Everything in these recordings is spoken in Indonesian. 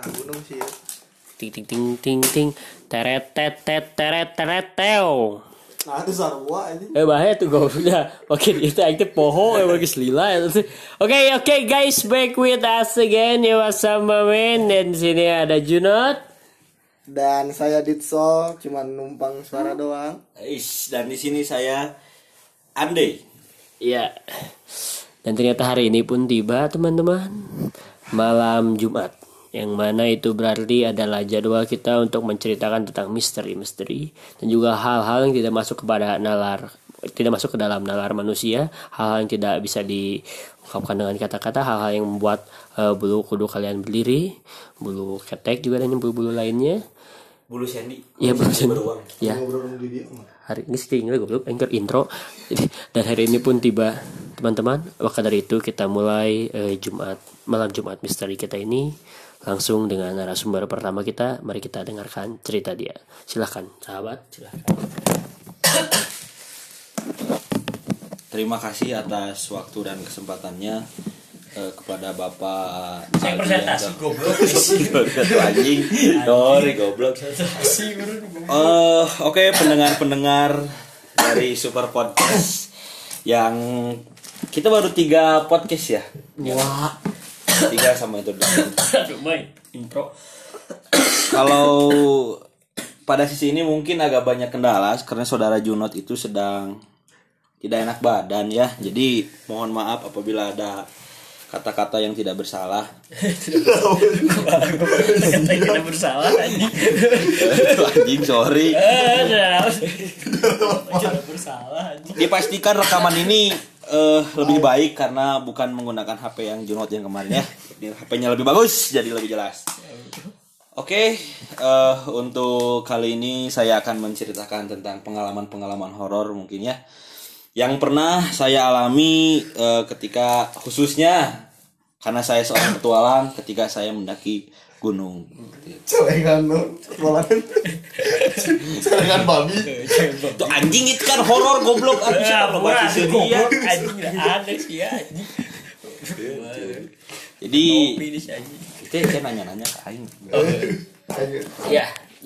gunung sih ya. Ting ting ting ting ting teret tet tet teret teret teo. Nah itu sarua ini. Bahaya tuh gue udah. Oke itu aktif poho bagi selila ya. Oke guys, back with us again ya sama men. Dan sini ada Junot Dan saya Ditso, cuman numpang suara doang. Dan di sini saya Ande. Iya. Dan ternyata hari ini pun tiba teman-teman, malam Jumat, yang mana itu berarti adalah jadwal kita untuk menceritakan tentang misteri-misteri dan juga hal-hal yang tidak masuk kepada nalar, tidak masuk ke dalam nalar manusia, hal-hal yang tidak bisa diungkapkan dengan kata-kata, hal-hal yang membuat bulu kuduk kalian berdiri, bulu ketek juga dan bulu-bulu lainnya. Bulu Sandy. Iya bulu Sandy. Ya. Hari ini sih goblok anchor intro. Dan hari ini pun tiba teman-teman. Maka dari itu kita mulai malam Jumat misteri kita ini langsung dengan narasumber pertama kita. Mari kita dengarkan cerita dia. Silakan sahabat, silakan. Terima kasih atas waktu dan kesempatannya kepada Bapak. Saya presentasi goblok. Anjing. Sorry goblok. Oke, pendengar-pendengar dari Super Podcast yang kita baru 3 podcast ya. Wah. 3 sama itu. Aduh, main intro. Kalau pada sisi ini mungkin agak banyak kendala karena saudara Junot itu sedang tidak enak badan ya. Jadi mohon maaf apabila ada kata-kata yang tidak bersalah. Kata tidak bersalah Anjing, sorry. Tidak bersalah anjing. Dipastikan rekaman ini lebih baik karena bukan menggunakan HP yang Junot yang kemarin ya. HP-nya lebih bagus jadi lebih jelas. Oke, untuk kali ini saya akan menceritakan tentang pengalaman-pengalaman horor mungkin ya, yang pernah saya alami ketika khususnya karena saya seorang petualang ketika saya mendaki gunung. Celengan babi. Tuh anjing itu kan horor goblok. Anjing ada sih ya anjing. Jadi itu saya nanya-nanya ke aing. Ya,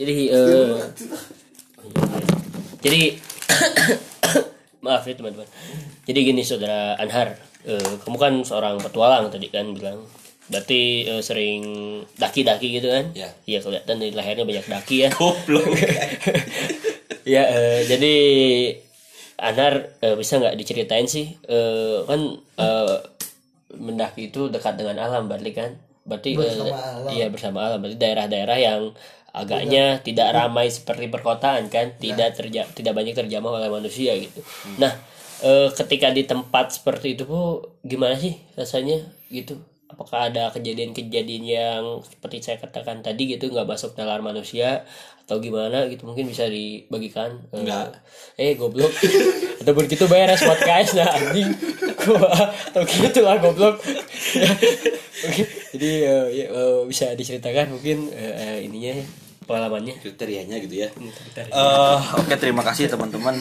jadi maaf ya teman-teman. Jadi gini saudara Anhar, kamu kan seorang petualang tadi kan bilang. Berarti sering daki-daki gitu kan? Ya. Iya kelihatan di lehernya banyak daki ya. Goblok. Ya, jadi Anhar bisa nggak diceritain sih? Kan mendaki itu dekat dengan alam berarti kan? Berarti iya bersama alam. Berarti daerah-daerah yang agaknya tidak ramai seperti perkotaan kan? Tidak banyak terjamah oleh manusia gitu. Nah, ketika di tempat seperti itu Bu, gimana sih rasanya gitu? Apakah ada kejadian-kejadian yang seperti saya katakan tadi gitu nggak masuk nalar manusia atau gimana gitu, mungkin bisa dibagikan? Enggak. Goblok. Atau begitu bayar podcast nah anjing. Atau gitu lah goblok. Oke. Jadi bisa diceritakan mungkin ininya pengalamannya, Kriterianya gitu ya. Oke, terima kasih teman-teman.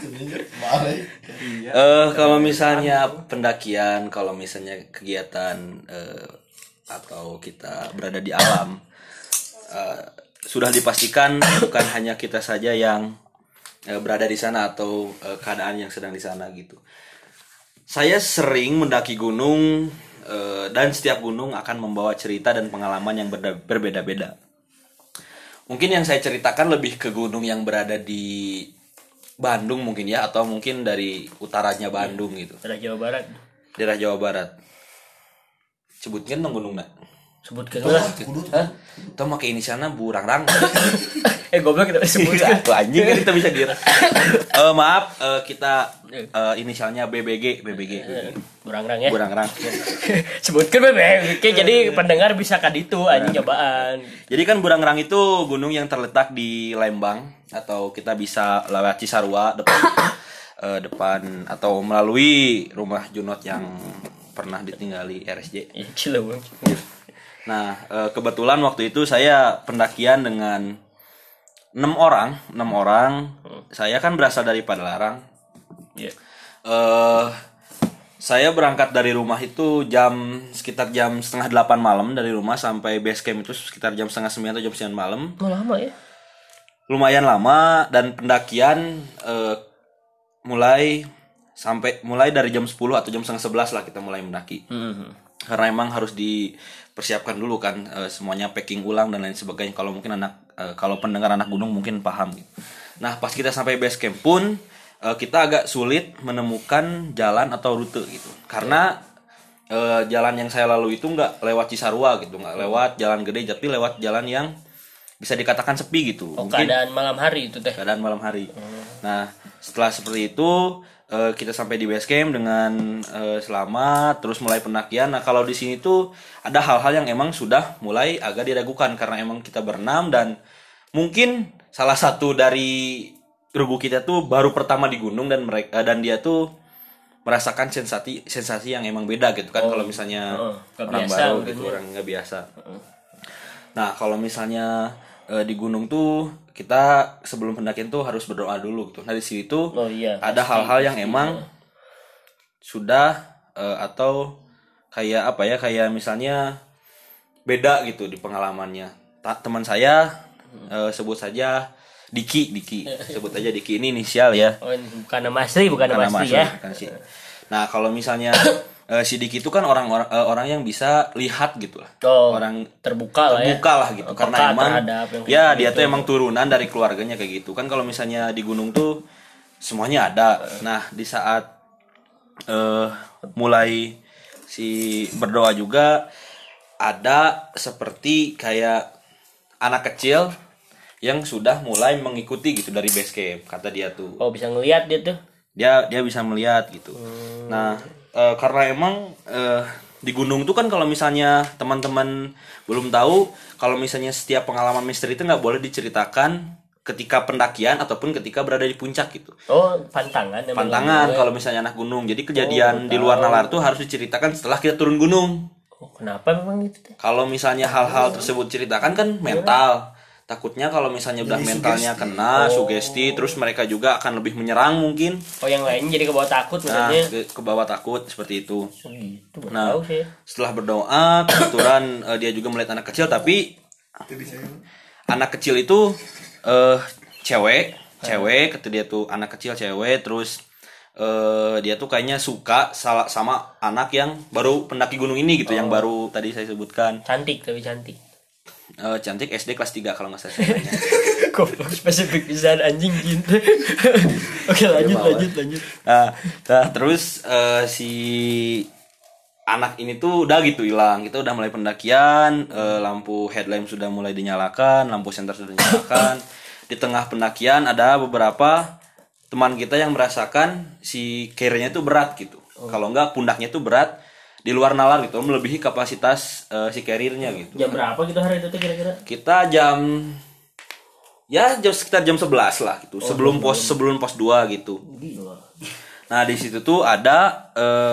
Kalau misalnya pendakian, kalau misalnya kegiatan atau kita berada di alam, sudah dipastikan bukan hanya kita saja yang berada di sana atau keadaan yang sedang di sana gitu. Saya sering mendaki gunung dan setiap gunung akan membawa cerita dan pengalaman yang berbeda-beda. Mungkin yang saya ceritakan lebih ke gunung yang berada di Bandung mungkin ya, atau mungkin dari utaranya Bandung gitu. daerah Jawa Barat. Daerah Jawa Barat. Sebutkan dong gunungnya. Sebutkan lah. Hah? Atau pakai inisialnya Burangrang. Goblok kita sebut. Anjing kan kita bisa dira. Maaf, kita inisialnya BBG. Burangrang ya. Burangrang. Sebutkan BBG jadi pendengar bisa kan itu anjing cobaan. Jadi kan Burangrang itu gunung yang terletak di Lembang, atau kita bisa lewat Cisarua depan atau melalui rumah Junot yang pernah ditinggali RSJ. Nah, kebetulan waktu itu saya pendakian dengan 6 orang. Saya kan berasal dari Padalarang. Yeah. Saya berangkat dari rumah itu sekitar jam setengah 8 malam dari rumah sampai base camp itu sekitar jam setengah 9 atau jam 9 malam. Oh, lama ya? Lumayan lama, dan pendakian mulai dari jam 10 atau jam setengah 11 lah kita mulai mendaki. Karena emang harus dipersiapkan dulu kan, semuanya packing ulang dan lain sebagainya. Kalau mungkin kalau pendengar anak gunung mungkin paham gitu. Nah, pas kita sampai base camp pun kita agak sulit menemukan jalan atau rute gitu. Karena jalan yang saya lalui itu nggak lewat Cisarua gitu, nggak lewat jalan gede, tapi lewat jalan yang bisa dikatakan sepi gitu. Oh, mungkin keadaan malam hari itu teh. keadaan malam hari. Nah, setelah seperti itu kita sampai di base camp dengan selamat, terus mulai pendakian. Nah, kalau di sini tuh ada hal-hal yang emang sudah mulai agak diragukan karena emang kita berenam, dan mungkin salah satu dari regu kita tuh baru pertama di gunung, dan dia tuh merasakan sensasi yang emang beda gitu kan. Kalau misalnya orang biasa, baru gitu, orang nggak biasa. Nah, kalau misalnya di gunung tuh kita sebelum pendakian tuh harus berdoa dulu gitu. Nah, di situ tuh ada hal-hal yang emang sudah atau kayak apa ya, kayak misalnya beda gitu di pengalamannya. Teman saya sebut saja Diki, sebut aja Diki, ini inisial ya. Oh, bukan nama asli, bukan nama asli ya. Bukan sih. Nah, kalau misalnya si Diki itu kan orang yang bisa lihat gitu lah. Orang terbuka lah gitu. Karena emang ya dia tuh emang turunan dari keluarganya kayak gitu. Kan kalau misalnya di gunung tuh semuanya ada. Nah, di saat mulai si berdoa juga ada seperti kayak anak kecil yang sudah mulai mengikuti gitu dari base camp, kata dia tuh. Oh, bisa ngelihat dia tuh. Dia bisa melihat gitu. Nah, karena emang di gunung tuh kan kalau misalnya teman-teman belum tahu, kalau misalnya setiap pengalaman misteri itu nggak boleh diceritakan ketika pendakian ataupun ketika berada di puncak gitu. Oh, pantangan kalau misalnya anak gunung. Jadi kejadian di luar nalar tuh harus diceritakan setelah kita turun gunung. Oh, kenapa memang gitu teh? Kalau misalnya hal-hal tersebut ceritakan kan mental. Takutnya kalau misalnya udah mentalnya kena sugesti, terus mereka juga akan lebih menyerang mungkin. Oh, yang lain jadi ke bawah takut maksudnya. Ke bawah takut seperti itu. Gitu, Nah, setelah berdoa, kebetulan dia juga melihat anak kecil, tapi anak kecil itu cewek, kata dia tuh anak kecil cewek, terus dia tuh kayaknya suka sama anak yang baru pendaki gunung ini gitu, yang baru tadi saya sebutkan. Cantik, tapi cantik. Cantik, SD kelas 3 kalau nggak salah. Goblok, spesifik pisan anjing gitu. Oke, lanjut. Nah, terus si anak ini tuh udah gitu hilang. Kita udah mulai pendakian, lampu headlamp sudah mulai dinyalakan, lampu senter sudah dinyalakan. Di tengah pendakian ada beberapa teman kita yang merasakan si carry-nya tuh berat gitu. Kalau enggak pundaknya tuh berat di luar nalar gitu, melebihi kapasitas si carrier-nya gitu. Jam berapa gitu hari itu kira-kira? Kita sekitar jam 11 lah gitu. Sebelum pos 2 gitu. Gila. Nah, di situ tuh ada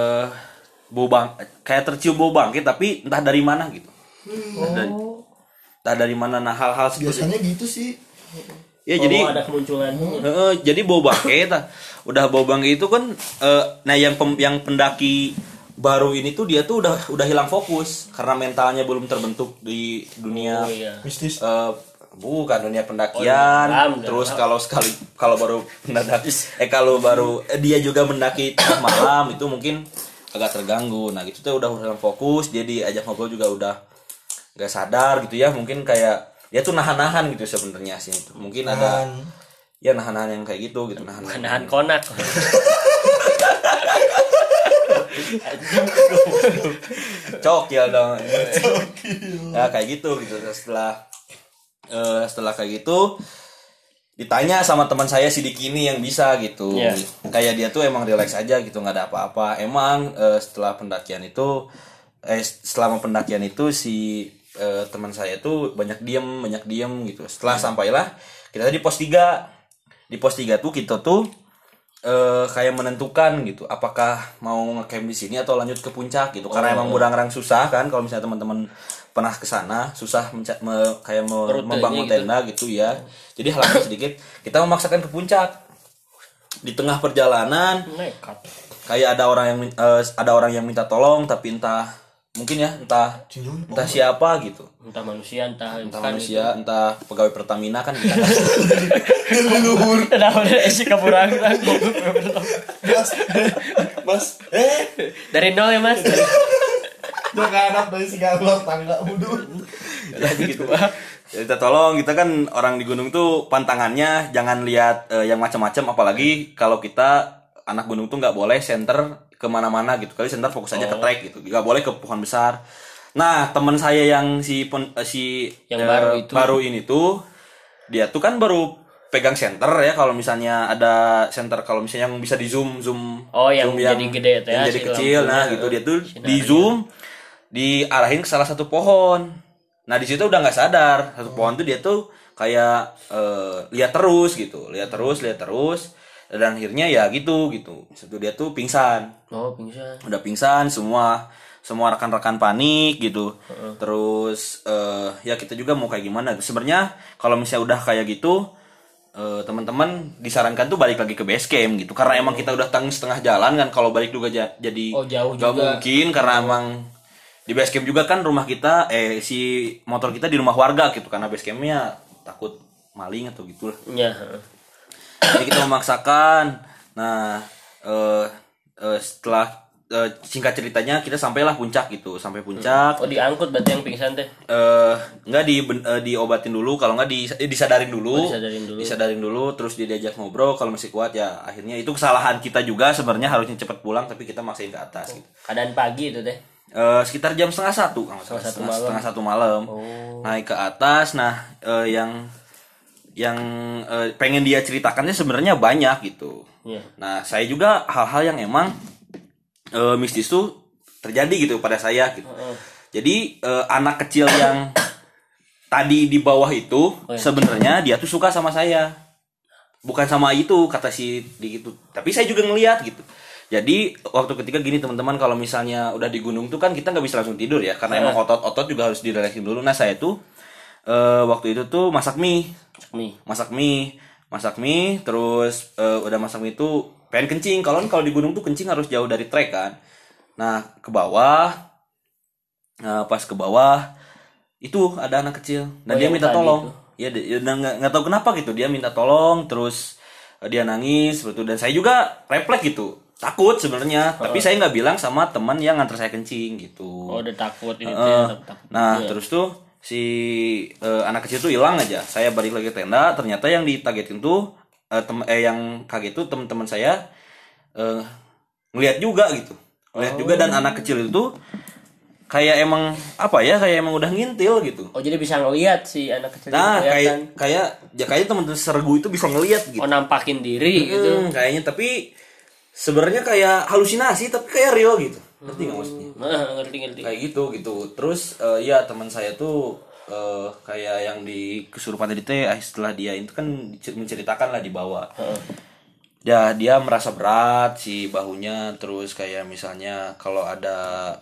kayak tercium bau bangkit, tapi entah dari mana gitu. Entah dari mana. Nah, hal-hal seperti biasanya gitu sih. Ya, jadi ada kemunculan. Jadi bau bangkit. Udah bau bangkit itu kan nah yang pendaki baru ini tuh dia tuh udah hilang fokus karena mentalnya belum terbentuk di dunia mistis. Bukan dunia pendakian. Terus kalau baru mendadak dia juga mendaki tengah malam itu mungkin agak terganggu. Nah, gitu tuh udah hilang fokus, dia diajak ngobrol juga udah nggak sadar gitu ya. Mungkin kayak dia tuh nahan-nahan gitu sebenarnya sih itu. Mungkin ada ya nahan-nahan yang kayak gitu nahan konak. Cokil dong. Ya kayak gitu. Setelah kayak gitu ditanya sama teman saya si Diki ini yang bisa gitu. Kayak dia tuh emang relax aja gitu, nggak ada apa-apa. Emang selama pendakian itu si teman saya tuh banyak diem gitu. Setelah sampailah kita di pos 3. Di pos 3 tuh kita tuh kayak menentukan gitu apakah mau ngecamp di sini atau lanjut ke puncak gitu. Karena emang Burangrang susah kan, kalau misalnya teman-teman pernah ke sana susah membangun tenda gitu ya. Jadi halangan sedikit kita memaksakan ke puncak. Di tengah perjalanan kayak ada orang yang minta tolong tapi entah mungkin ya entah siapa gitu, entah manusia entah manusia entah pegawai Pertamina kan kita kenapa sih keburangan Mas, dari nol ya mas. jangan anak dari segala tangga budut. ya gitu. Ya, kita tolong, kita kan orang di gunung tuh pantangannya jangan lihat yang macam-macam, apalagi kalau kita anak gunung tuh nggak boleh center kemana-mana gitu, kali center fokus aja ke trek gitu, nggak boleh ke pohon besar. Nah teman saya yang yang baru ini tuh dia tuh kan baru pegang center ya, kalau misalnya ada center, kalau misalnya yang bisa di zoom yang jadi gede ya, yang jadi kecil, nah gitu dia tuh di zoom diarahin ke salah satu pohon. Nah di situ udah nggak sadar satu pohon tuh dia tuh kayak lihat terus dan akhirnya ya gitu situ dia tuh pingsan. Udah pingsan semua rekan-rekan panik gitu. Terus ya kita juga mau kayak gimana sebenarnya kalau misalnya udah kayak gitu, teman-teman disarankan tuh balik lagi ke base camp gitu, karena emang kita udah setengah jalan kan, kalau balik juga jadi jauh gak juga mungkin, karena emang di base camp juga kan rumah kita si motor kita di rumah warga gitu, karena base campnya takut maling atau gitu lah ya. Jadi kita memaksakan. Nah setelah singkat ceritanya kita sampailah puncak gitu, sampai puncak. Diangkut berarti yang pingsan teh? Nggak diobatin dulu, kalau nggak disadarin dulu, terus dia diajak ngobrol, kalau masih kuat ya akhirnya itu kesalahan kita juga sebenarnya, harusnya cepat pulang tapi kita maksain ke atas gitu. Keadaan pagi itu teh? Sekitar jam setengah satu malam. Naik ke atas. Nah yang pengen dia ceritakannya sebenarnya banyak gitu. Nah saya juga hal-hal yang emang mistis tuh terjadi gitu pada saya gitu. Jadi anak kecil yang tadi di bawah itu sebenarnya dia tuh suka sama saya, bukan sama itu kata si di gitu, tapi saya juga ngelihat gitu. Jadi waktu ketika gini teman-teman, kalau misalnya udah di gunung tuh kan kita nggak bisa langsung tidur ya, karena emang otot juga harus direlaksin dulu. Nah saya tuh waktu itu tuh masak mie, terus udah masak mie tuh pengen kencing. Kalau di gunung tuh kencing harus jauh dari trek kan. Nah ke bawah, pas ke bawah itu ada anak kecil dan dia minta tolong. Ya dia nggak tahu kenapa gitu, dia minta tolong, terus dia nangis betul, dan saya juga refleks gitu, takut sebenarnya, tapi saya nggak bilang sama teman yang nganter saya kencing gitu. Udah takut ini takut. Nah terus tuh si anak kecil tuh hilang aja. Saya balik lagi ke tenda, ternyata yang ditagetin tuh yang kaget tuh teman-teman saya ngelihat juga gitu, dan anak kecil itu tuh kayak emang udah ngintil gitu. Jadi bisa ngelihat si anak kecil. Nah kayak teman-teman sergu itu bisa ngelihat gitu. Nampakin diri gitu. Kayaknya, tapi sebenarnya kayak halusinasi tapi kayak real gitu. Ngerti nggak maksudnya? Ngerti. Kayak gitu. Terus ya teman saya tuh kayak yang di kesurupan tadi teh, setelah dia itu kan menceritakan lah di bawah. Ya dia merasa berat si bahunya, terus kayak misalnya kalau ada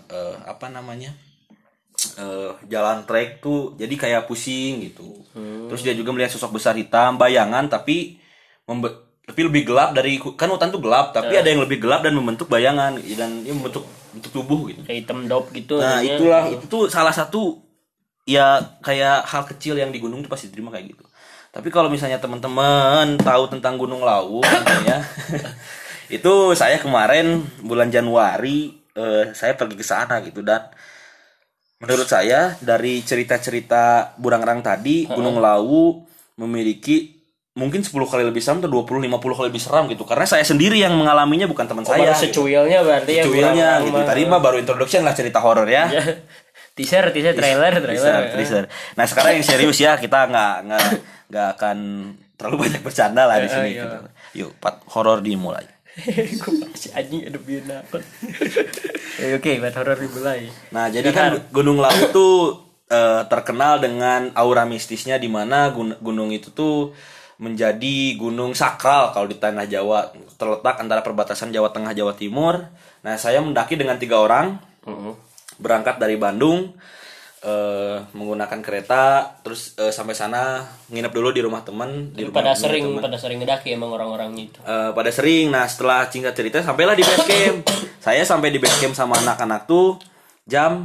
jalan trek tuh jadi kayak pusing gitu. Terus dia juga melihat sosok besar hitam, bayangan tapi lebih gelap dari, kan hutan tuh gelap tapi ada yang lebih gelap dan membentuk bayangan dan ini membentuk tubuh gitu. Kayak hitam dop gitu. Nah itu tuh salah satu ya kayak hal kecil yang di gunung tuh pasti diterima kayak gitu. Tapi kalau misalnya teman-teman tahu tentang Gunung Lawu ya, itu saya kemarin bulan Januari saya pergi ke sana gitu, dan menurut saya dari cerita-cerita Burangrang tadi, Gunung Lawu memiliki mungkin 10 kali lebih seram atau 20-50 kali lebih seram gitu, karena saya sendiri yang mengalaminya, bukan teman saya. Secuilnya berarti secuilnya gitu. Tadi mah baru introduction lah cerita horor ya. Teaser trailer. Nah sekarang yang serius ya, kita nggak akan terlalu banyak bercanda lah di sini. Gitu. Yuk, horor dimulai. Si anjing ada bina. Oke, horor dimulai. Nah, jadi kan Gunung Lawu tuh terkenal dengan aura mistisnya, di mana gunung itu tuh menjadi gunung sakral kalau di tanah Jawa, terletak antara perbatasan Jawa Tengah Jawa Timur. Nah, saya mendaki dengan 3 orang. Berangkat dari Bandung. menggunakan kereta, terus sampai sana nginep dulu di rumah teman. Di rumah teman. pada sering ngedaki emang orang-orangnya itu. Pada sering. Nah setelah singkat cerita sampailah di base camp. Saya sampai di base camp sama anak-anak tuh jam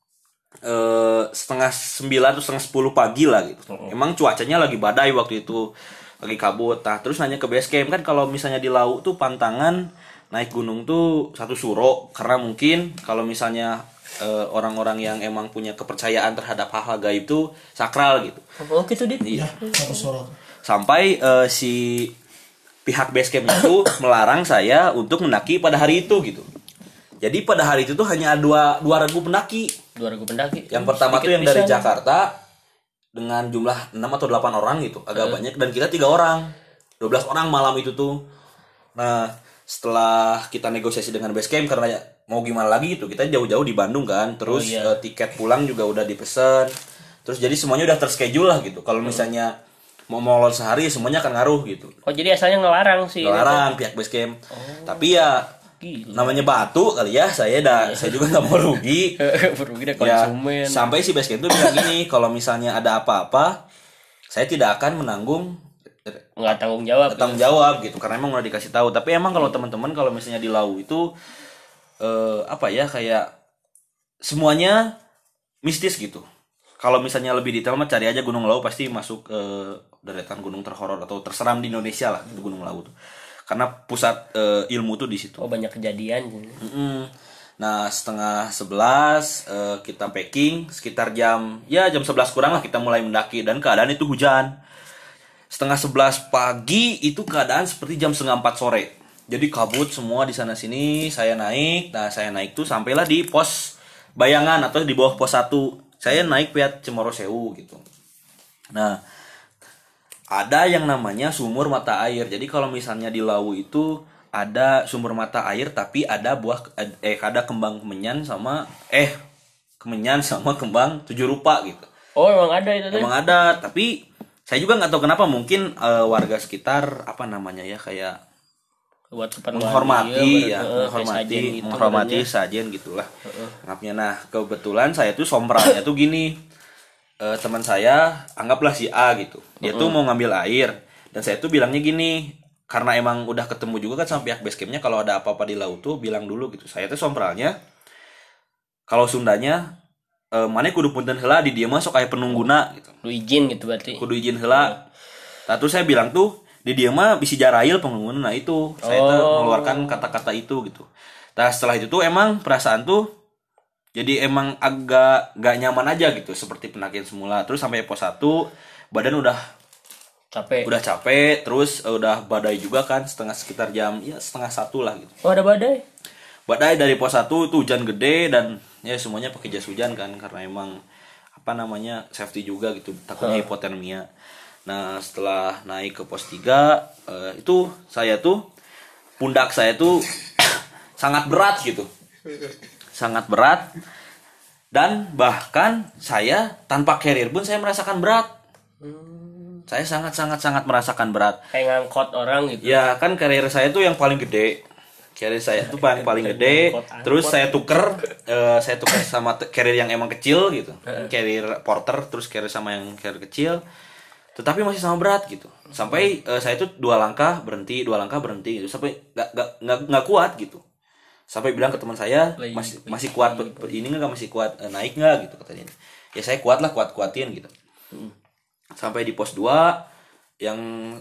setengah 9 atau setengah 10 pagi lah gitu. Emang cuacanya lagi badai waktu itu, lagi kabut. Nah terus nanya ke base camp, kan kalau misalnya di laut tuh pantangan naik gunung tuh satu suro, karena mungkin kalau misalnya orang-orang yang emang punya kepercayaan terhadap hal-hal gaib itu sakral gitu. Oh gitu Dit. Iya. Satu sorot. Sampai si pihak base camp itu melarang saya untuk mendaki pada hari itu gitu. Jadi pada hari itu tuh hanya dua regu pendaki. 2000 pendaki. Yang pertama tuh yang Sedikit dari pisan. Jakarta dengan jumlah 6 atau 8 orang gitu, agak banyak, dan kita 3 orang. 12 orang malam itu tuh. Nah, setelah kita negosiasi dengan base camp karena mau gimana lagi gitu, kita jauh-jauh di Bandung kan, terus tiket pulang juga udah dipesen. Terus jadi semuanya udah terschedule lah gitu. Kalau misalnya mau molor sehari semuanya akan ngaruh gitu. Oh jadi asalnya ngelarang sih. Ngelarang pihak base camp. Tapi ya namanya batu kali ya, saya juga nggak mau rugi. Rugi deh Ya, konsumen. sampai si base camp tuh bilang gini, kalau misalnya ada apa-apa saya tidak akan menanggung Nggak tanggung jawab. tanggung jawab gitu, karena emang udah dikasih tahu. Tapi emang kalau teman-teman kalau misalnya di Lau itu apa ya, kayak semuanya mistis gitu. Kalau misalnya lebih detail mah cari aja Gunung Lau, pasti masuk deretan gunung terhoror atau terseram di Indonesia lah itu Gunung Lau tuh. Karena pusat ilmu tuh di situ. Oh banyak kejadian. Nah setengah 11 kita packing, sekitar jam 11 kurang lah kita mulai mendaki, dan keadaan itu hujan. Setengah 11 pagi itu keadaan seperti jam setengah 4 sore. Jadi kabut semua di sana sini. Saya naik. Nah saya naik tuh sampailah di pos Bayangan atau di bawah pos 1. Saya naik via Cemoro Sewu gitu. Nah ada yang namanya sumur mata air. Jadi kalau misalnya di Lawu itu ada sumber mata air, tapi ada ada kembang kemenyan sama kembang 7 rupa gitu. Oh emang ada itu tuh. Emang ada, tapi saya juga nggak tahu kenapa, mungkin warga sekitar apa namanya ya, kayak Buat menghormati sajen gitulah. Anggapnya. Nah kebetulan saya tuh sompranya tuh gini, teman saya anggaplah si A gitu, dia tuh mau ngambil air, dan saya tuh bilangnya gini, karena emang udah ketemu juga kan sama pihak base campnya, kalau ada apa-apa di laut tuh bilang dulu gitu. Saya tuh sompralnya, kalau Sundanya mana kudu punten heula di dieu mah sok aya penungguna gitu. Lu izin gitu berarti. Kudu izin heula. Nah, terus saya bilang tuh di dieu mah bisi jarail pengungguna. Nah itu saya tuh mengeluarkan kata-kata itu gitu. Nah setelah itu tuh emang perasaan tuh jadi emang agak gak nyaman aja gitu, seperti pendakian semula. Terus sampai pos 1 badan udah capek, terus udah badai juga kan, sekitar jam setengah 1 lah gitu. Oh ada badai. Badai dari pos 1 itu hujan gede, dan ya semuanya pakai jas hujan kan, karena emang apa namanya safety juga gitu, takutnya hipotermia. Nah setelah naik ke pos 3 itu saya tuh pundak saya tuh sangat berat gitu, sangat berat, dan bahkan saya tanpa carrier pun saya merasakan berat. Saya sangat merasakan berat. Kayak ngangkot orang gitu. Ya kan carrier saya tuh yang paling gede. Carrier saya tuh paling gede. Terus saya tuker sama carrier yang emang kecil gitu. Carrier porter, terus carrier sama yang carrier kecil. Tetapi masih sama berat gitu. Sampai saya tuh 2 langkah berhenti gitu. Sampai nggak kuat gitu. Sampai bilang ke teman saya, masih kuat ini nggak, masih kuat naik nggak gitu katanya. Ya saya kuat lah, kuatin gitu. Sampai di pos 2 yang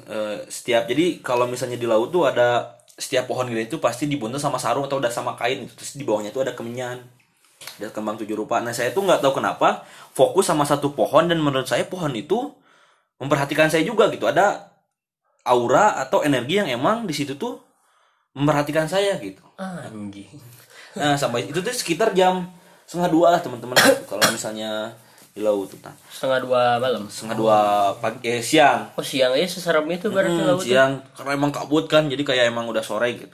jadi kalau misalnya di laut tuh ada setiap pohon gede itu pasti dibuntel sama sarung atau udah sama kain gitu. Terus di bawahnya tuh ada kemenyan, ada kembang 7 rupa. Nah saya tuh nggak tahu kenapa fokus sama satu pohon, dan menurut saya pohon itu memperhatikan saya juga gitu. Ada aura atau energi yang emang di situ tuh memperhatikan saya gitu. Anjing. Nah sampai itu tuh sekitar jam 1:30 lah teman-teman. Kalau misalnya di laut tuh 1:30 malam. 1:30 pagi, siang. Oh siang ya seserem itu berarti laut. Siang, karena emang kabut kan, jadi kayak emang udah sore gitu.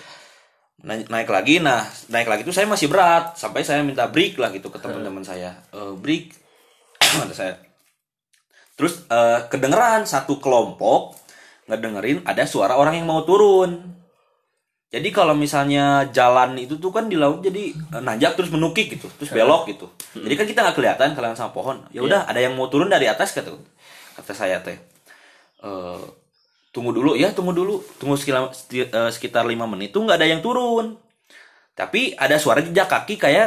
Naik lagi tuh saya masih berat, sampai saya minta break lah gitu ke teman-teman saya. Break ada saya. Terus kedengeran satu kelompok ngedengerin ada suara orang yang mau turun. Jadi kalau misalnya jalan itu tuh kan di laut jadi nanjak terus menukik gitu, terus belok gitu. Jadi kan kita nggak kelihatan sama pohon. Ya udah ada yang mau turun dari atas kata saya teh. Tunggu dulu, tunggu sekitar 5 menit tuh nggak ada yang turun. Tapi ada suara jejak kaki kayak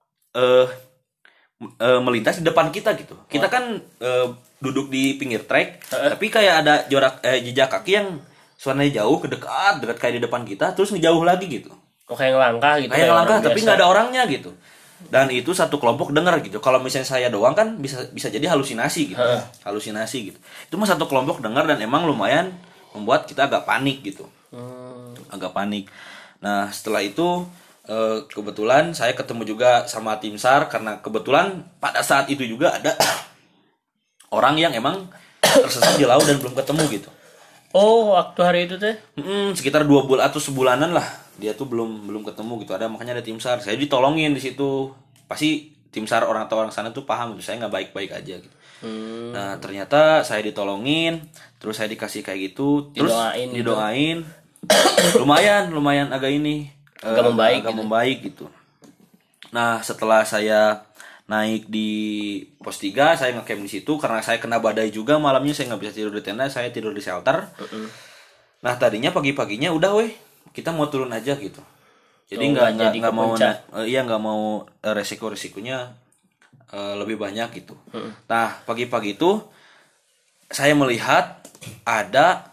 melintas di depan kita gitu. Kita kan duduk di pinggir trek, tapi kayak ada jejak kaki yang suaranya jauh dekat kayak di depan kita, terus ngejauh lagi gitu. Kayak ngelangkah gitu. Kayak ngelangkah tapi nggak ada orangnya gitu. Dan itu satu kelompok dengar gitu. Kalau misalnya saya doang kan bisa jadi halusinasi gitu. Halusinasi gitu. Itu mah satu kelompok dengar dan emang lumayan membuat kita agak panik gitu. Agak panik. Nah, setelah itu kebetulan saya ketemu juga sama tim SAR karena kebetulan pada saat itu juga ada orang yang emang tersesat di laut dan belum ketemu gitu. Oh, waktu hari itu teh? Sekitar 2 bulan atau sebulanan lah dia tuh belum ketemu gitu. Makanya ada tim SAR. Saya ditolongin di situ. Pasti tim SAR orang sana tuh paham gitu. Saya nggak baik-baik aja gitu. Nah ternyata saya ditolongin, terus saya dikasih kayak gitu, terus didoain. lumayan agak ini. Agak membaik gitu. Nah setelah saya naik di pos 3, saya ngecamp di situ karena saya kena badai juga malamnya, saya nggak bisa tidur di tenda, saya tidur di shelter. Nah tadinya pagi-paginya udah kita mau turun aja gitu. Jadi nggak mau resikonya lebih banyak gitu. Nah pagi-pagi itu saya melihat ada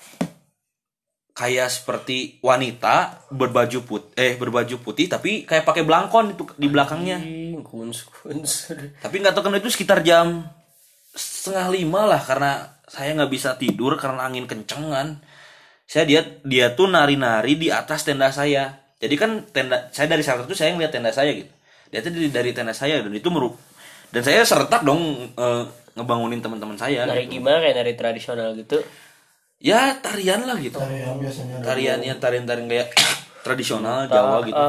kayak seperti wanita berbaju putih tapi kayak pakai belangkon itu di belakangnya. Tapi nggak tahu kan itu sekitar jam 4:30 lah karena saya nggak bisa tidur karena angin kencengan. Dia tuh nari-nari di atas tenda saya. Jadi kan tenda saya dari shelter tuh saya ngeliat tenda saya gitu. Dia tuh dari tenda saya dan itu dan saya serentak dong ngebangunin teman-teman saya. Nari gitu. gimana, kayak nari tradisional gitu? Ya tarian lah gitu. Tariannya tarian kayak tradisional Jawa gitu.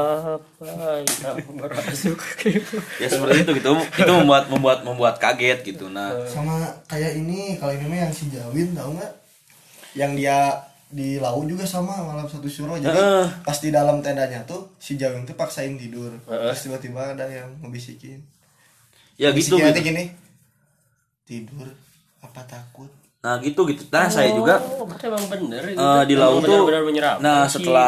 Ya seperti itu gitu. Itu membuat kaget gitu. Nah, sama kayak ini, kalau ini mah yang si Jawin tahu nggak? Yang dia di laut juga sama malam satu syuro. Jadi pas di dalam tendanya tuh si Jawin tuh paksain tidur. Terus tiba-tiba ada yang ngebisikin. Ya gitu. Nanti gini. Tidur apa takut? Nah gitu. Nah saya juga emang bener gitu. Di laut tuh. Bener Nah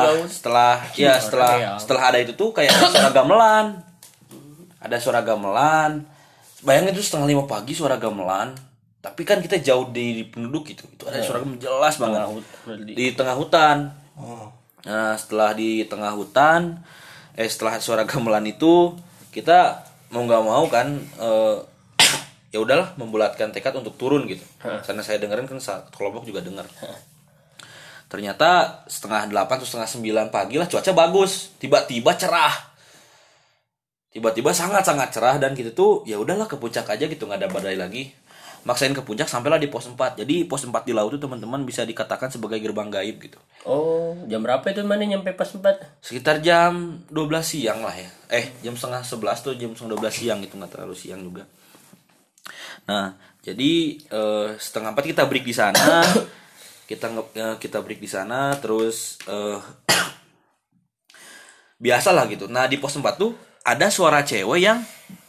setelah ada itu tuh kayak suara gamelan. Ada suara gamelan. Bayangin itu 4:30 pagi suara gamelan. Tapi kan kita jauh di penduduk gitu. Itu ada suara gamelan jelas banget di tengah hutan. Nah setelah di tengah hutan, setelah suara gamelan itu kita mau nggak mau kan. Ya udahlah membulatkan tekad untuk turun gitu. Karena saya dengerin kan kelompok juga denger. Ternyata 7:30 atau 8:30 pagi lah cuaca bagus, tiba-tiba cerah. Tiba-tiba sangat-sangat cerah dan kita tuh ya udahlah ke puncak aja gitu, nggak ada badai lagi. Maksain ke puncak sampailah di pos 4. Jadi pos 4 di laut itu teman-teman bisa dikatakan sebagai gerbang gaib gitu. Oh, jam berapa itu mana nyampe pos 4? Sekitar jam 12 siang lah ya. Jam 10:30 tuh jam 12 siang itu, nggak terlalu siang juga. Nah, jadi 3:30 kita break di sana. Kita break di sana terus biasalah gitu. Nah, di pos 4 tuh ada suara cewek yang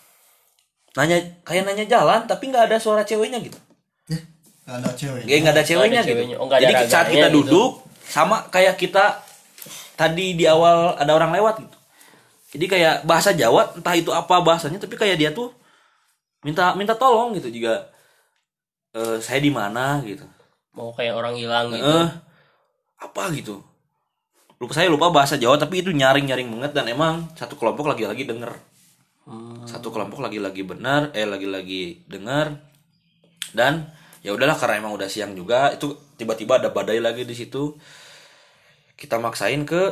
nanya jalan tapi nggak ada suara ceweknya gitu. Nggak ada cewek. Nggak ada ceweknya gitu. Jadi saat kita duduk sama kayak kita tadi di awal ada orang lewat gitu. Jadi kayak bahasa Jawa, entah itu apa bahasanya, tapi kayak dia tuh minta tolong gitu juga. Saya di mana gitu. Mau kayak orang hilang gitu. Apa gitu. Saya lupa bahasa Jawa tapi itu nyaring banget dan emang satu kelompok lagi-lagi denger. Satu kelompok lagi-lagi denger. Dan ya udahlah karena emang udah siang juga, itu tiba-tiba ada badai lagi di situ. Kita maksain ke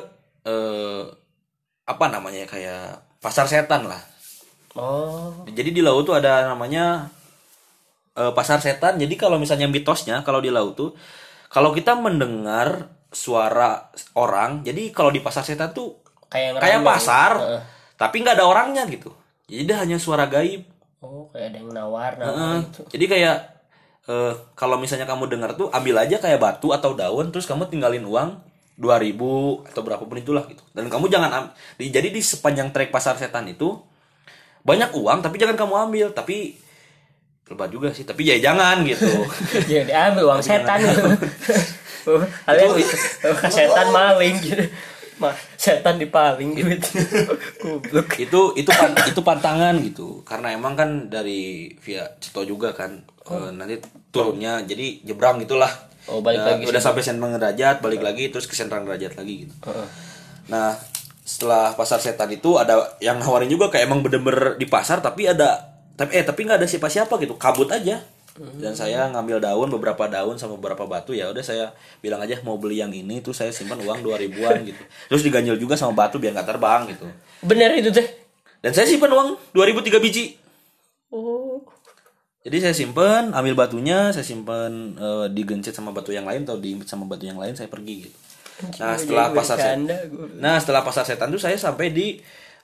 apa namanya kayak pasar setan lah. Oh. Jadi di laut tuh ada namanya pasar setan. Jadi kalau misalnya mitosnya kalau di laut tuh kalau kita mendengar suara orang, jadi kalau di pasar setan tuh kayak pasar, tapi nggak ada orangnya gitu. Jadi hanya suara gaib. Oh, kayak ada yang nawar gitu. Jadi kayak kalau misalnya kamu dengar tuh ambil aja kayak batu atau daun, terus kamu tinggalin uang 2.000 atau berapapun itulah gitu. Dan kamu jangan jadi di sepanjang trek pasar setan itu banyak uang tapi jangan kamu ambil. Tapi lebat juga sih, tapi ya jangan gitu. Jangan diambil uang setan gitu. Kalian setan maling gitu. Setan dipaling gitu. Goblok. Itu pantangan gitu. Karena emang kan dari via Cito juga kan nanti turunnya jadi nyebrang gitulah. Oh, balik lagi. Udah sampai Sentral Derajat, balik lagi terus ke Sentral Derajat lagi gitu. Nah, setelah pasar setan itu ada yang nawarin juga kayak emang bener-bener di pasar tapi nggak ada siapa-siapa gitu, kabut aja. Dan saya ngambil beberapa daun sama beberapa batu, ya udah saya bilang aja mau beli yang ini, terus saya simpan uang 2.000-an gitu. Terus diganjel juga sama batu biar nggak terbang gitu. Bener itu teh. Dan saya simpan uang 2.000 3 biji. Oh. Jadi saya simpan, ambil batunya, saya simpan digencet sama batu yang lain atau diimpit sama batu yang lain, saya pergi gitu. Nah, setelah pasar setan tuh saya sampai di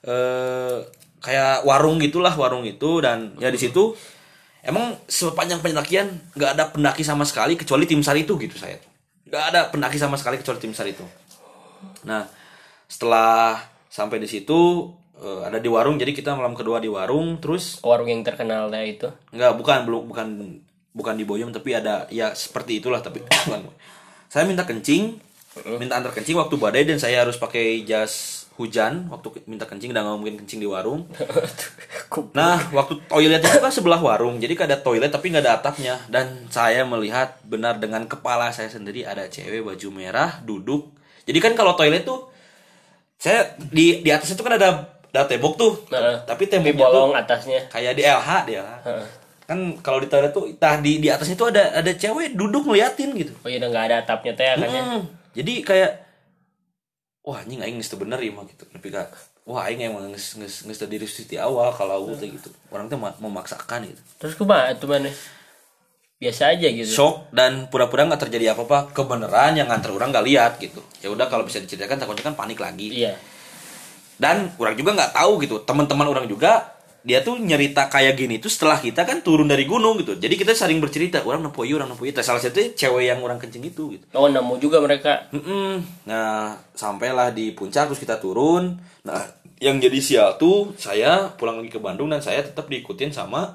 kayak warung itu, dan ya di situ emang sepanjang pendakian nggak ada pendaki sama sekali kecuali tim SAR itu gitu. Saya nggak ada pendaki sama sekali kecuali tim SAR itu. Nah, setelah sampai di situ ada di warung, jadi kita malam kedua di warung. Terus warung yang terkenal ya itu nggak, bukan di Boyong, tapi ada ya seperti itulah, tapi bukan. Saya minta antar kencing waktu badai, dan saya harus pakai jas hujan waktu minta kencing, dan nggak mungkin kencing di warung. Nah, waktu toilet itu kan sebelah warung, jadi ada toilet tapi nggak ada atapnya. Dan saya melihat benar dengan kepala saya sendiri ada cewek baju merah duduk. Jadi kan kalau toilet tuh saya di atas itu kan ada tembok tuh, tapi temboknya bolong tuh atasnya kayak di LH dia. Kan kalau di toilet tuh di atasnya tuh ada cewek duduk ngeliatin gitu. Oh iya, udah nggak ada atapnya teh kan ya. Jadi kayak wah anjing aing geus teu bener ieu mah gitu. Tapi kak wah aing emang geus teu diri di awal kalau teh gitu. Orang teh memaksakan gitu. Terus kumaha tuh mana? Biasa aja gitu. Shock dan pura-pura nggak terjadi apa-apa. Kebenaran yang nganter orang nggak lihat gitu. Ya udah kalau bisa diceritakan, takutnya kan panik lagi. Iya. Dan orang juga nggak tahu gitu. Teman-teman orang juga dia tuh nyerita kayak gini tuh setelah kita kan turun dari gunung gitu. Jadi kita sering bercerita, orang nempo ieu. Salah satu cewek yang orang kencing itu gitu. Oh, nemu juga mereka. Nah, sampailah di puncak terus kita turun. Nah, yang jadi sial tuh saya pulang lagi ke Bandung dan saya tetap diikutin sama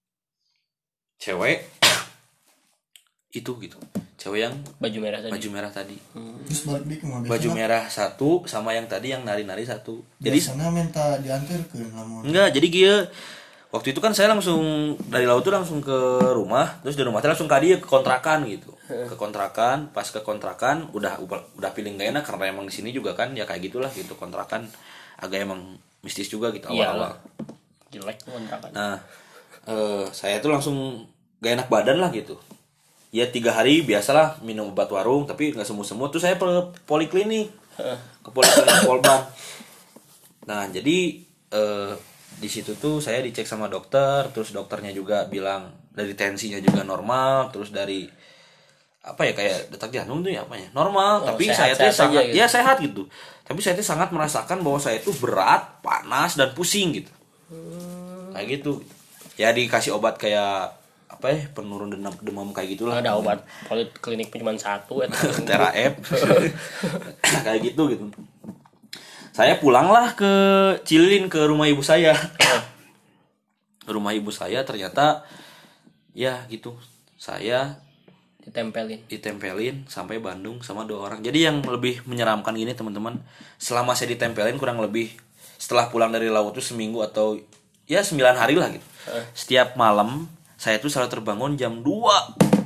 cewek itu gitu. Cewek yang baju merah tadi. Terus balik di kemana? Baju merah satu sama yang tadi yang nari-nari satu. Jadi sana minta diantarkeun lamun. Enggak, jadi dia waktu itu kan saya langsung dari laut tuh langsung ke rumah, terus dari rumah langsung ke dia ke kontrakan gitu. Ke kontrakan, pas ke kontrakan udah feeling gak enak karena emang di sini juga kan ya kayak gitulah gitu, kontrakan agak emang mistis juga gitu awal-awal. Jelek kontrakan. Nah, saya tuh langsung gak enak badan lah gitu. Ya 3 hari biasalah minum obat warung tapi nggak sembuh-sembuh. Terus saya ke poliklinik, Polban. Nah jadi di situ tuh saya dicek sama dokter, terus dokternya juga bilang dari tensinya juga normal, terus dari apa ya kayak detak jantung tuh ya apa ya normal, tapi saya tuh sangat gitu. Ya sehat gitu. Tapi saya tuh sangat merasakan bahwa saya tuh berat, panas dan pusing gitu. Kayak gitu. Ya dikasih obat kayak apa ya penurun demam kayak gitulah. Ada obat poliklinik cuma satu Teraep kayak gitu. Saya pulanglah ke Cililin ke rumah ibu saya. Ke rumah ibu saya ternyata ya gitu saya ditempelin sampai Bandung sama 2 orang. Jadi yang lebih menyeramkan gini teman-teman, selama saya ditempelin kurang lebih setelah pulang dari laut itu seminggu atau ya 9 hari lah gitu. Setiap malam saya tuh selalu terbangun jam 2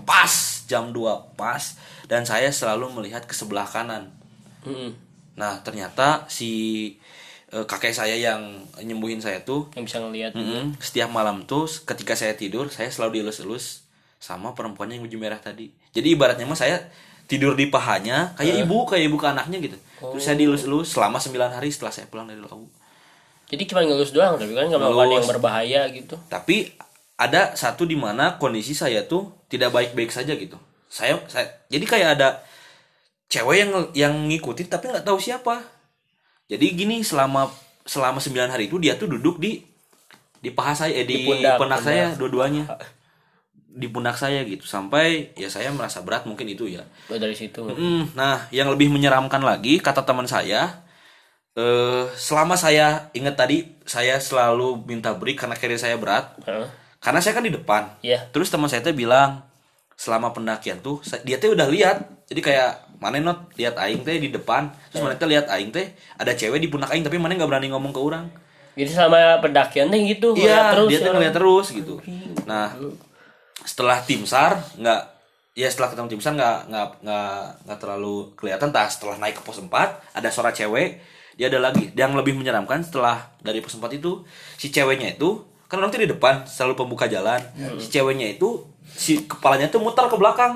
pas dan saya selalu melihat ke sebelah kanan. Nah ternyata si kakek saya yang nyembuhin saya tuh yang bisa ngelihat setiap malam tuh ketika saya tidur saya selalu dielus-elus sama perempuannya yang baju merah tadi. Jadi ibaratnya mah saya tidur di pahanya kayak ibu ke anaknya gitu. Terus saya dielus-elus selama 9 hari setelah saya pulang dari laut. Jadi cuma ngelus doang tapi kan nggak melakukan yang berbahaya gitu. Tapi ada satu di mana kondisi saya tuh tidak baik-baik saja gitu. Saya jadi kayak ada cewek yang ngikutin tapi nggak tahu siapa. Jadi gini selama 9 hari itu dia tuh duduk di paha saya di pundak saya dua-duanya. di pundak saya gitu, sampai ya saya merasa berat mungkin itu ya. Dari situ. Nah, yang lebih menyeramkan lagi kata teman saya, selama saya ingat tadi saya selalu minta break karena carrier saya berat. Karena saya kan di depan. Iya. Terus teman saya tuh bilang selama pendakian tuh dia tuh udah lihat. Jadi kayak mana not lihat aing teh di depan, terus mana teh lihat aing teh ada cewek di pundak aing tapi mana nggak berani ngomong ke orang. Jadi selama pendakian teh gitu. Iya, dia tuh ngeliat terus gitu. Nah, setelah tim SAR setelah ketemu tim SAR nggak terlalu kelihatan. Setelah naik ke pos 4 ada suara cewek, dia ada lagi. Yang lebih menyeramkan setelah dari pos 4 itu si ceweknya itu kan orang tuh di depan selalu pembuka jalan. Si ceweknya itu si kepalanya tuh muter ke belakang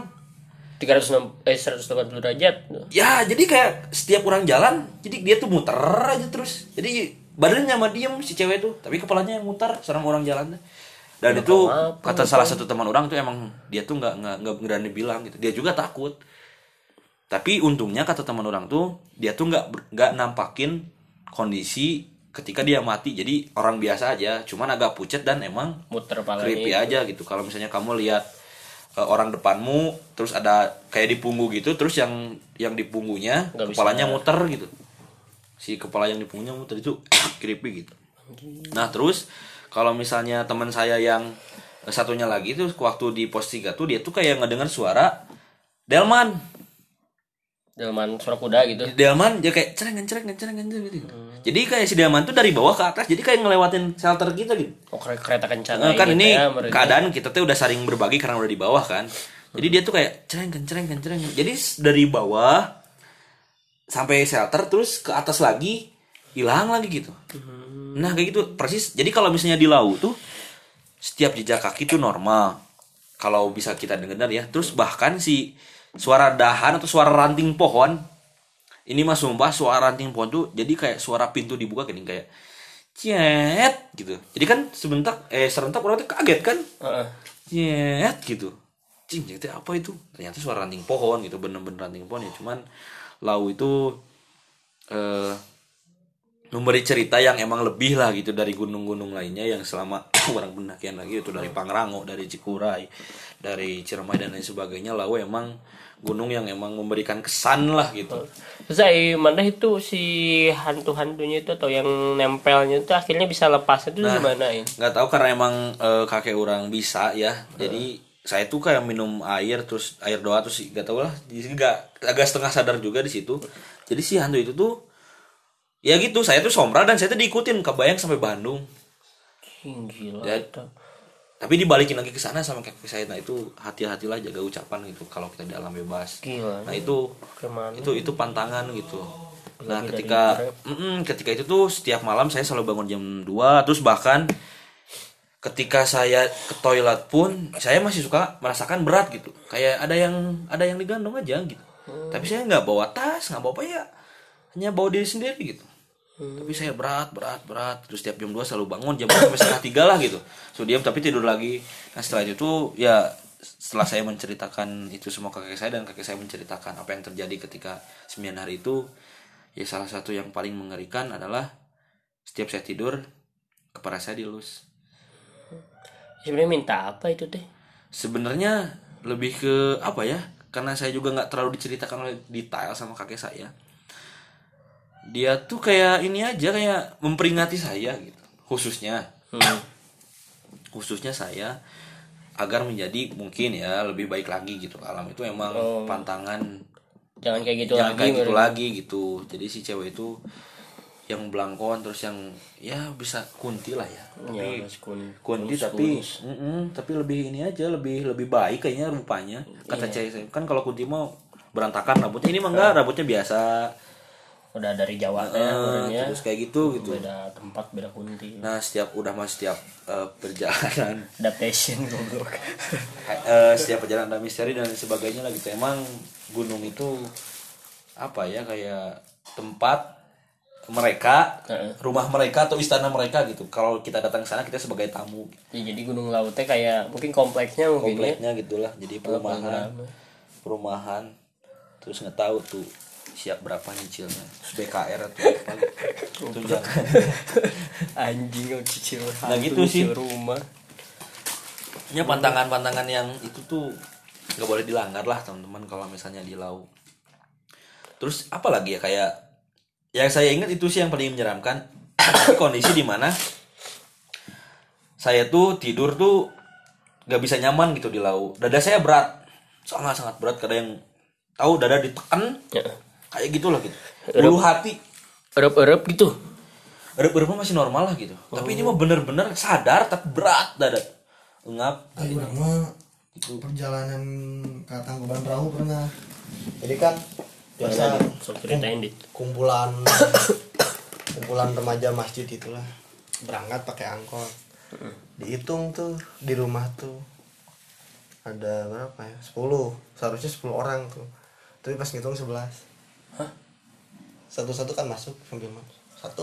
180 derajat. ya, jadi kayak setiap orang jalan jadi dia tuh muter aja terus, jadi badannya mah diem si cewek tuh tapi kepalanya yang muter seorang orang jalan. Dan itu kata salah satu teman orang tuh emang dia tuh nggak berani bilang gitu, dia juga takut. Tapi untungnya kata teman orang tuh dia tuh nggak nampakin kondisi ketika dia mati, jadi orang biasa aja, cuman agak pucat dan emang muter palanya creepy aja gitu. Kalau misalnya kamu lihat orang depanmu terus ada kayak di punggu gitu, terus yang di punggunya nggak kepalanya bisa. muter gitu, si kepala yang di punggungnya muter itu creepy gitu. Nah terus kalau misalnya teman saya yang satunya lagi tuh waktu di pos 3 tuh dia tuh kayak ngedengar suara delman suara kuda gitu. Delman dia kayak cereng gitu. Jadi kayak si Delman tuh dari bawah ke atas, jadi kayak ngelewatin shelter kita gitu. Oh, kereta kencana Kan ini ya, keadaan kita tuh udah saling berbagi karena udah di bawah kan. Jadi dia tuh kayak cereng. Jadi dari bawah sampai shelter terus ke atas lagi hilang lagi gitu. Nah kayak gitu persis. Jadi kalau misalnya di laut tuh setiap jejak kaki tuh normal, kalau bisa kita dengar ya. Terus bahkan si suara dahan atau suara ranting pohon, ini mah sumpah suara ranting pohon tuh jadi kayak suara pintu dibuka gini kayak cet gitu. Jadi kan serentak orang tuh kaget kan, cet gitu. Cing, itu apa itu? Ternyata suara ranting pohon gitu, bener-bener ranting pohon ya. Cuman Lau itu memberi cerita yang emang lebih lah gitu dari gunung-gunung lainnya yang selama orang pendakian lagi itu, dari Pangrango, dari Cikuray, dari Ciremai dan lain sebagainya. Lau emang gunung yang emang memberikan kesan lah gitu. Terus mana itu si hantu-hantunya itu atau yang nempelnya itu akhirnya bisa lepas itu gimana ya? Nggak tahu karena emang kakek orang bisa ya. Jadi saya tuh kayak minum air terus air doa terus nggak tahu lah. Jadi agak setengah sadar juga di situ. Jadi si hantu itu tuh ya gitu, saya tuh sombra dan saya tuh diikutin kebayang sampai Bandung. Gila. Ya, tapi dibalikin lagi ke sana sama kakek saya. Nah itu hati-hatilah jaga ucapan gitu kalau kita di alam bebas. Gila. Nah itu kemana? itu pantangan gitu. Nah Lagi ketika itu tuh setiap malam saya selalu bangun jam 2. Terus bahkan ketika saya ke toilet pun saya masih suka merasakan berat gitu, kayak ada yang digendong aja gitu. Tapi saya nggak bawa tas, nggak bawa apa ya, hanya bawa diri sendiri gitu. Tapi saya berat. Terus setiap jam 2 selalu bangun jam 2 sampai setengah 3 lah gitu. So diam tapi tidur lagi. Nah setelah itu tuh ya setelah saya menceritakan itu semua ke kakek saya dan kakek saya menceritakan apa yang terjadi ketika 9 hari itu, ya salah satu yang paling mengerikan adalah setiap saya tidur kepala saya dielus. Sebenarnya minta apa itu teh? Sebenarnya lebih ke apa ya? Karena saya juga nggak terlalu diceritakan oleh detail sama kakek saya. Dia tuh kayak ini aja, kayak memperingati saya gitu, khususnya saya agar menjadi mungkin ya lebih baik lagi gitu. Alam itu emang pantangan, jangan kayak gitu lagi gitu. Jadi si cewek itu yang belangkon terus yang ya bisa kunti lah ya. Tapi kunti tapi lebih ini aja, lebih baik kayaknya rupanya kata cewek saya. Kan kalau kunti mau berantakan rambutnya, ini mah enggak, rambutnya biasa. Udah dari Jawa terus kayak gitu. Beda tempat, beda kunti. Nah setiap perjalanan adaptation goblok. Setiap perjalanan ada misteri dan sebagainya lah gitu. Emang gunung itu apa ya, kayak tempat mereka, rumah mereka atau istana mereka gitu. Kalau kita datang ke sana kita sebagai tamu. Ya, jadi Gunung Lautnya kayak mungkin kompleksnya gitulah. Jadi perumahan. Terus nggak tahu tuh siap berapa nyicilnya, terus BKR atau apa gitu. Anjing cicil nah gitu sih rumah. Ya pantangan-pantangan yang itu tuh nggak boleh dilanggar lah teman-teman kalau misalnya di laut. Terus apa lagi ya, kayak yang saya ingat itu sih yang paling menyeramkan. Kondisi di mana saya tuh tidur tuh nggak bisa nyaman gitu di laut. Dada saya berat, sangat berat. Kadang yang tahu dada ditekan kayak gitulah gitu. Bulu hati Erep-erep gitu. erep-erepnya masih normal lah gitu. Tapi ini mah bener-bener sadar tapi berat dada. Ngap. Orang mah perjalanan ke Tangkuban Perahu pernah. Jadi kan biasa Sok ceritain dit. kumpulan remaja masjid itulah berangkat pakai angkot. Dihitung tuh di rumah tuh ada berapa ya? 10. Seharusnya 10 orang tuh. Tapi pas ngitung 11. Hah? Satu-satu kan masuk sambil masuk.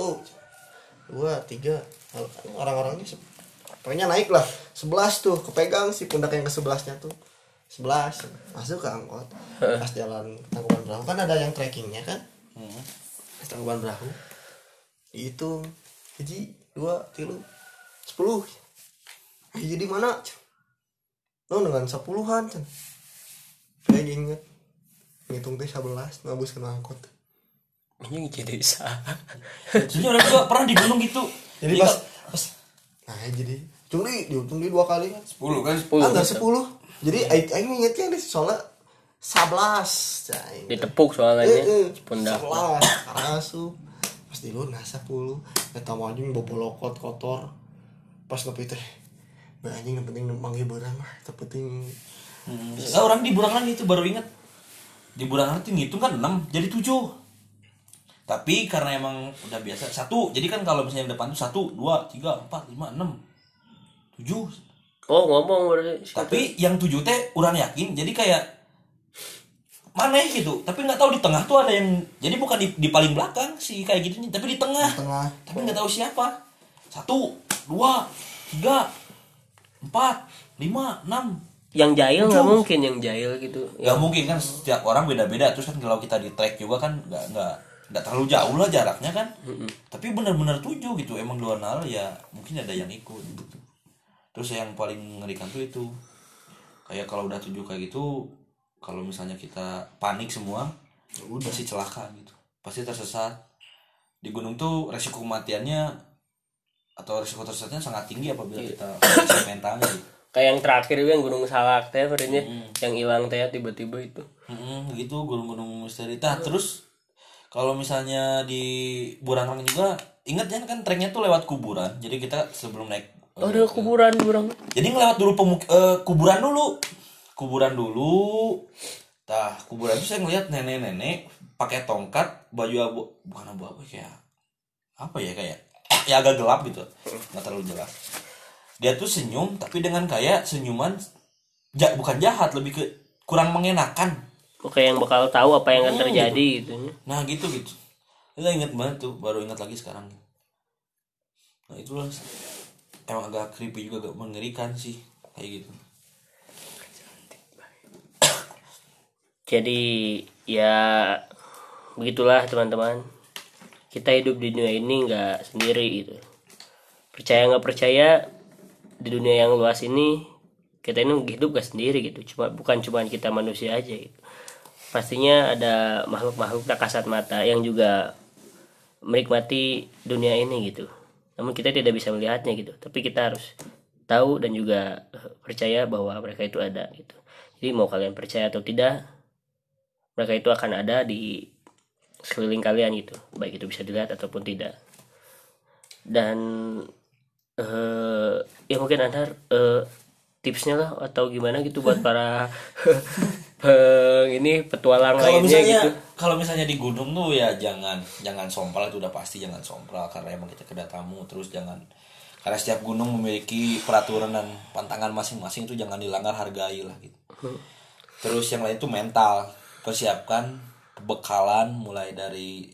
1 2 3 orang-orangnya pokoknya naik lah 11 tuh, kepegang si pundak yang ke-11-nya tuh 11 masuk ke angkot. Pas jalan Tangkuban Perahu kan ada yang trekkingnya kan. Pas Tangkuban Perahu dihitung 1 2 3 10. Hiji di mana? No dengan 10-an can. Saya inget ngitung teh 11 ngabus kena angkot. Ini jadi sah. Jadi orang juga pernah di gunung gitu. Jadi pas nah jadi dihitung di 2 kali kan 10 kan. enggak 10. Jadi aing ingetnya di soalnya 11 cai. Ditepuk soalnya pundak. 11 karasup. Pas di luar 10. Eta mah anjing bobolokot kotor. Pas nepi teh anjing yang penting manggil barang mah penting. Orang di Burangan itu baru inget. Di Burangan itu ngitung kan 6 jadi 7. Tapi karena emang udah biasa 1. Jadi kan kalau misalnya depan tuh 1 2 3 4 5 6 7. Oh ngomong berarti. Tapi yang 7 teh urang yakin. Jadi kayak maneh gitu. Tapi nggak tahu di tengah tuh ada yang. Jadi bukan di paling belakang sih kayak gitu nih. Tapi di tengah. Tapi nggak tahu siapa. 1 2 3 4 5 6. Yang jahil nggak mungkin yang jahil gitu. Nggak mungkin kan, setiap orang beda-beda. Terus kan kalau kita di trek juga kan nggak terlalu jauh lah jaraknya kan. Tapi benar-benar 7 gitu. Emang luar nal ya mungkin ada yang ikut gitu. Terus yang paling mengerikan tuh itu kayak kalau udah 7 kayak gitu, kalau misalnya kita panik semua udah sih celaka gitu, pasti tersesat di gunung tuh. Resiko kematiannya atau resiko tersesatnya sangat tinggi apabila kita kondisi mentalnya gitu. Kayak yang terakhir itu yang Gunung Salak teh ini yang hilang teh tiba-tiba itu. Gitu gunung-gunung misteri. Terus kalau misalnya di Burangrang juga ingat kan treknya tuh lewat kuburan. Jadi kita sebelum naik ada kuburan Burang. Jadi ngelewat dulu kuburan dulu. Kuburan itu saya ngeliat nenek-nenek pakai tongkat, baju bukan abu-abu kayak apa ya, kayak ya agak gelap gitu, nggak terlalu jelas. Dia tuh senyum tapi dengan kayak senyuman bukan jahat, lebih ke kurang mengenakan. Oke, yang bakal tahu apa yang akan terjadi gitu. Nah gitu. Kita ingat banget tuh, baru ingat lagi sekarang. Nah itulah emang agak creepy juga, agak mengerikan sih kayak gitu. Jadi ya begitulah teman-teman. Kita hidup di dunia ini nggak sendiri gitu. Percaya nggak percaya, di dunia yang luas ini kita ini hidup gak sendiri gitu. Bukan cuma kita manusia aja gitu. Pastinya ada makhluk-makhluk tak kasat mata yang juga menikmati dunia ini gitu. Namun kita tidak bisa melihatnya gitu. Tapi kita harus tahu dan juga percaya bahwa mereka itu ada gitu. Jadi mau kalian percaya atau tidak, mereka itu akan ada di sekeliling kalian gitu. Baik itu bisa dilihat ataupun tidak. Dan ya mungkin ada tipsnya lah atau gimana gitu buat para ini petualang lainnya gitu. Kalau misalnya di gunung tuh ya jangan sompral, itu udah pasti jangan sompral karena emang kita kedatangan. Terus jangan, karena setiap gunung memiliki peraturan dan pantangan masing-masing, itu jangan dilanggar, hargai lah gitu. Terus yang lain tuh mental, persiapkan bekalan mulai dari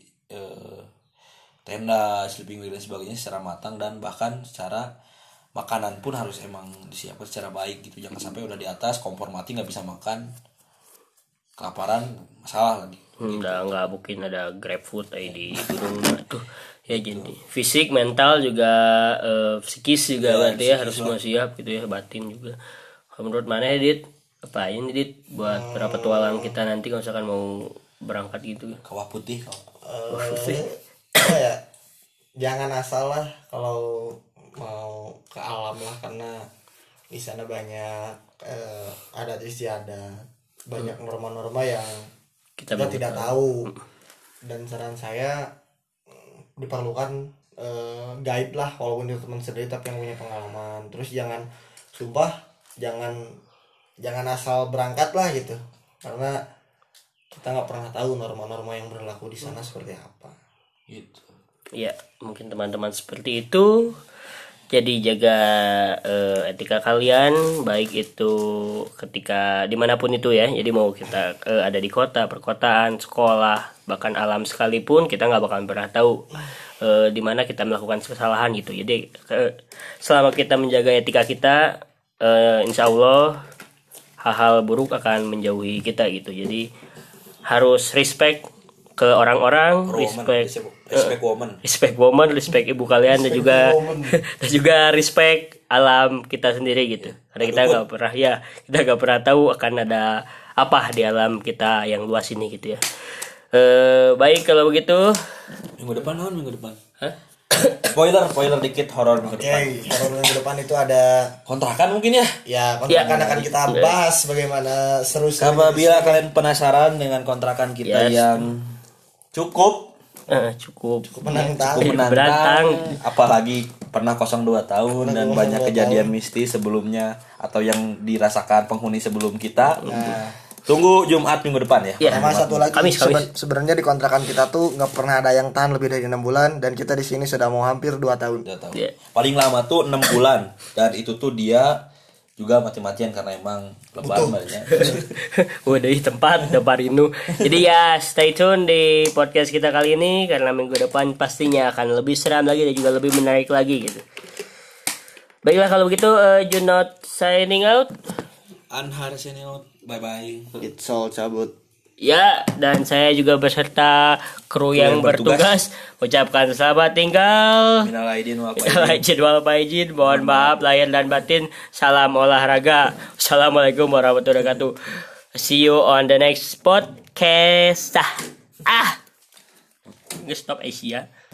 tenda, sleeping bag dan sebagainya secara matang, dan bahkan secara makanan pun harus emang disiapkan secara baik gitu. Jangan sampai udah di atas kompor mati nggak bisa makan kelaparan masalah lagi. Nggak mungkin ada GrabFood di gunung tuh ya. Jadi fisik, mental juga, psikis juga berarti ya harus semua siap gitu ya, batin juga. Kalau menurut mana Dit, apain Dit buat berapa petualang kita nanti kalau misalkan mau berangkat gitu? Kawah putih. Ya jangan asal lah kalau mau ke alam lah, karena di sana banyak adat istiadat, banyak norma-norma yang kita tidak tahu. Dan saran saya diperlukan guide lah, walaupun itu teman sendiri tapi yang punya pengalaman. Terus jangan asal berangkat lah gitu, karena kita nggak pernah tahu norma-norma yang berlaku di sana seperti apa gitu. Ya mungkin teman-teman seperti itu. Jadi jaga etika kalian, baik itu ketika dimanapun itu ya. Jadi mau kita ada di kota, perkotaan, sekolah, bahkan alam sekalipun, kita nggak bakal pernah tahu di mana kita melakukan kesalahan gitu. Jadi selama kita menjaga etika kita, insya Allah hal-hal buruk akan menjauhi kita gitu. Jadi harus respect ke orang-orang, respect woman, respect ibu kalian, dan juga respect alam kita sendiri gitu. Karena kita nggak pernah tahu akan ada apa di alam kita yang luas ini gitu ya. Baik kalau begitu. Minggu depan. Hah? Spoiler dikit, horor minggu depan. Horor minggu depan itu ada kontrakan mungkin ya. Ya, kontrakan akan kita bahas bagaimana seru. Apabila kalian penasaran dengan kontrakan kita yang cukup menantang, apalagi pernah 02 tahun dan banyak kejadian mistis sebelumnya atau yang dirasakan penghuni sebelum kita. Tunggu Jumat minggu depan ya. Sama satu lagi, sebenarnya di kontrakan kita tuh nggak pernah ada yang tahan lebih dari 6 bulan, dan kita di sini sudah mau hampir 2 tahun. Paling lama tuh 6 bulan, dan itu tuh dia juga mati-matian karena emang lebaran banyak. Udah di tempat Parinu. Jadi ya stay tune di podcast kita kali ini, karena minggu depan pastinya akan lebih seram lagi dan juga lebih menarik lagi gitu. Baiklah kalau begitu, Junot signing out. Anhar signing out. Bye bye. It's all cabut. Ya, dan saya juga beserta kru yang bertugas ucapkan selamat tinggal. Minal aidin wal faizin. Mohon maaf lahir dan batin. Salam olahraga. Assalamualaikum warahmatullahi wabarakatuh. See you on the next podcast. Stop Asia.